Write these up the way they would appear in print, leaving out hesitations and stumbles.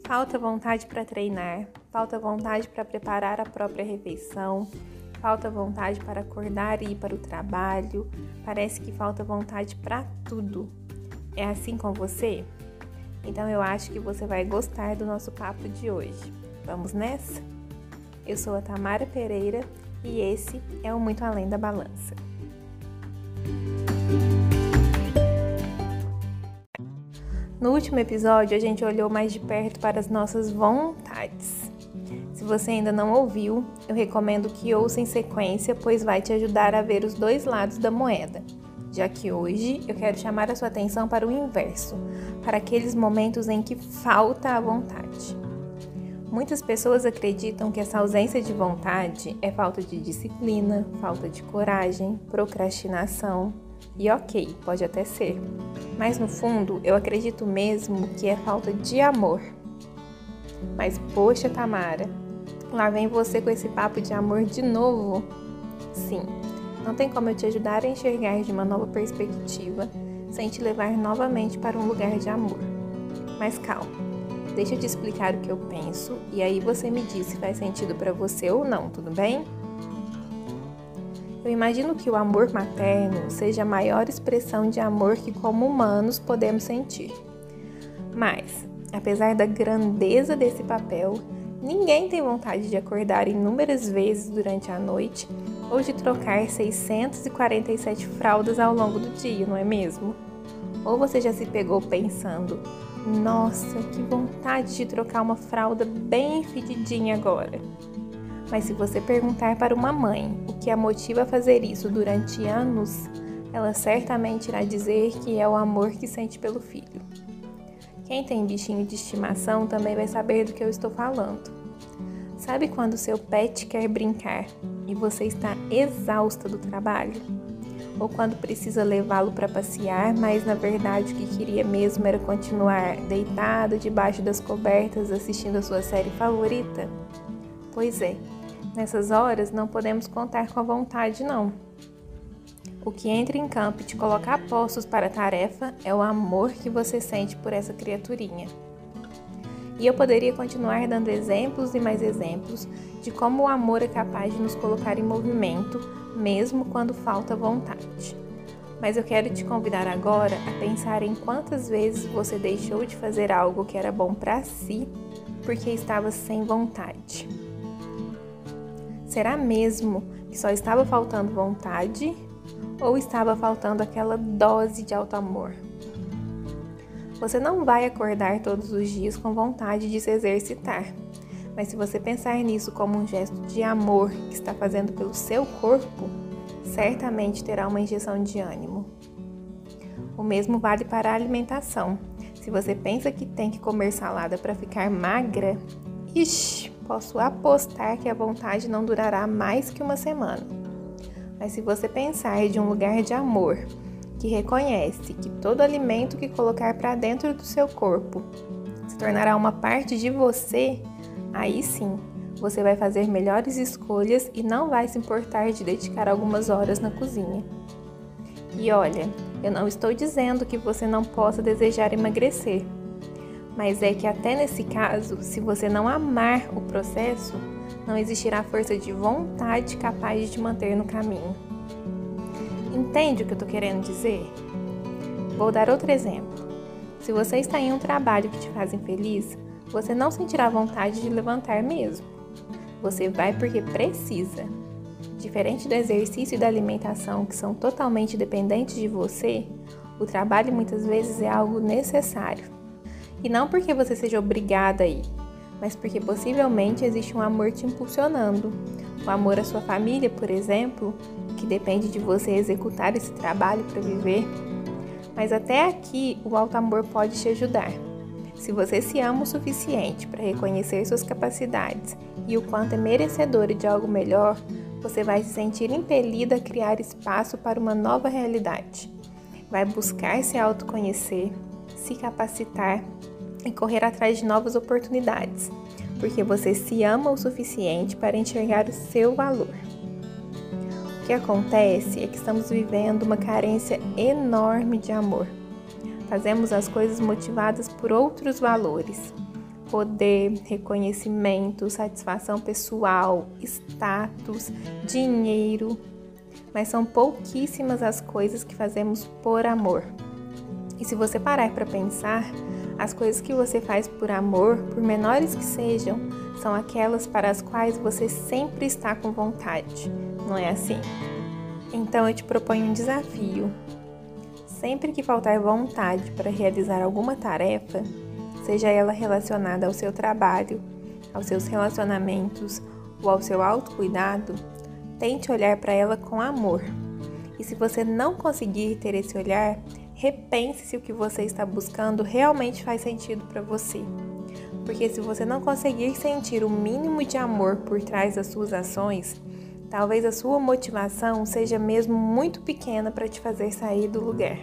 Falta vontade para treinar, falta vontade para preparar a própria refeição, falta vontade para acordar e ir para o trabalho, parece que falta vontade para tudo. É assim com você? Então eu acho que você vai gostar do nosso papo de hoje. Vamos nessa? Eu sou a Tamara Pereira e esse é o Muito Além da Balança. No último episódio, a gente olhou mais de perto para as nossas vontades. Se você ainda não ouviu, eu recomendo que ouça em sequência, pois vai te ajudar a ver os dois lados da moeda. Já que hoje eu quero chamar a sua atenção para o inverso, para aqueles momentos em que falta a vontade. Muitas pessoas acreditam que essa ausência de vontade é falta de disciplina, falta de coragem, procrastinação. E ok, pode até ser. Mas no fundo, eu acredito mesmo que é falta de amor. Mas poxa, Tamara, lá vem você com esse papo de amor de novo? Sim, não tem como eu te ajudar a enxergar de uma nova perspectiva sem te levar novamente para um lugar de amor. Mas calma, deixa eu te explicar o que eu penso e aí você me diz se faz sentido para você ou não, tudo bem? Eu imagino que o amor materno seja a maior expressão de amor que como humanos podemos sentir. Mas, apesar da grandeza desse papel, ninguém tem vontade de acordar inúmeras vezes durante a noite ou de trocar 647 fraldas ao longo do dia, não é mesmo? Ou você já se pegou pensando, nossa, que vontade de trocar uma fralda bem fedidinha agora. Mas se você perguntar para uma mãe o que a motiva a fazer isso durante anos, ela certamente irá dizer que é o amor que sente pelo filho. Quem tem bichinho de estimação também vai saber do que eu estou falando. Sabe quando seu pet quer brincar e você está exausta do trabalho? Ou quando precisa levá-lo para passear, mas na verdade o que queria mesmo era continuar deitada debaixo das cobertas assistindo a sua série favorita? Pois é. Nessas horas, não podemos contar com a vontade, não. O que entra em campo e te coloca a postos para a tarefa é o amor que você sente por essa criaturinha. E eu poderia continuar dando exemplos e mais exemplos de como o amor é capaz de nos colocar em movimento, mesmo quando falta vontade. Mas eu quero te convidar agora a pensar em quantas vezes você deixou de fazer algo que era bom para si porque estava sem vontade. Será mesmo que só estava faltando vontade ou estava faltando aquela dose de auto-amor? Você não vai acordar todos os dias com vontade de se exercitar, mas se você pensar nisso como um gesto de amor que está fazendo pelo seu corpo, certamente terá uma injeção de ânimo. O mesmo vale para a alimentação. Se você pensa que tem que comer salada para ficar magra, posso apostar que a vontade não durará mais que uma semana. Mas se você pensar de um lugar de amor, que reconhece que todo alimento que colocar para dentro do seu corpo se tornará uma parte de você, aí sim, você vai fazer melhores escolhas e não vai se importar de dedicar algumas horas na cozinha. E olha, eu não estou dizendo que você não possa desejar emagrecer. Mas é que até nesse caso, se você não amar o processo, não existirá força de vontade capaz de te manter no caminho. Entende o que eu estou querendo dizer? Vou dar outro exemplo. Se você está em um trabalho que te faz infeliz, você não sentirá vontade de levantar mesmo. Você vai porque precisa. Diferente do exercício e da alimentação, que são totalmente dependentes de você, o trabalho muitas vezes é algo necessário. E não porque você seja obrigada a ir, mas porque possivelmente existe um amor te impulsionando. O amor à sua família, por exemplo, que depende de você executar esse trabalho para viver. Mas até aqui o auto-amor pode te ajudar. Se você se ama o suficiente para reconhecer suas capacidades e o quanto é merecedora de algo melhor, você vai se sentir impelida a criar espaço para uma nova realidade. Vai buscar se autoconhecer, se capacitar e correr atrás de novas oportunidades, porque você se ama o suficiente para enxergar o seu valor. O que acontece é que estamos vivendo uma carência enorme de amor. Fazemos as coisas motivadas por outros valores, poder, reconhecimento, satisfação pessoal, status, dinheiro, mas são pouquíssimas as coisas que fazemos por amor. E se você parar para pensar, as coisas que você faz por amor, por menores que sejam, são aquelas para as quais você sempre está com vontade, não é assim? Então eu te proponho um desafio. Sempre que faltar vontade para realizar alguma tarefa, seja ela relacionada ao seu trabalho, aos seus relacionamentos ou ao seu autocuidado, tente olhar para ela com amor. E se você não conseguir ter esse olhar, repense se o que você está buscando realmente faz sentido para você. Porque se você não conseguir sentir o mínimo de amor por trás das suas ações, talvez a sua motivação seja mesmo muito pequena para te fazer sair do lugar.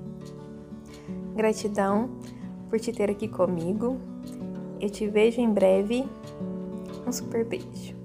Gratidão por te ter aqui comigo. Eu te vejo em breve. Um super beijo.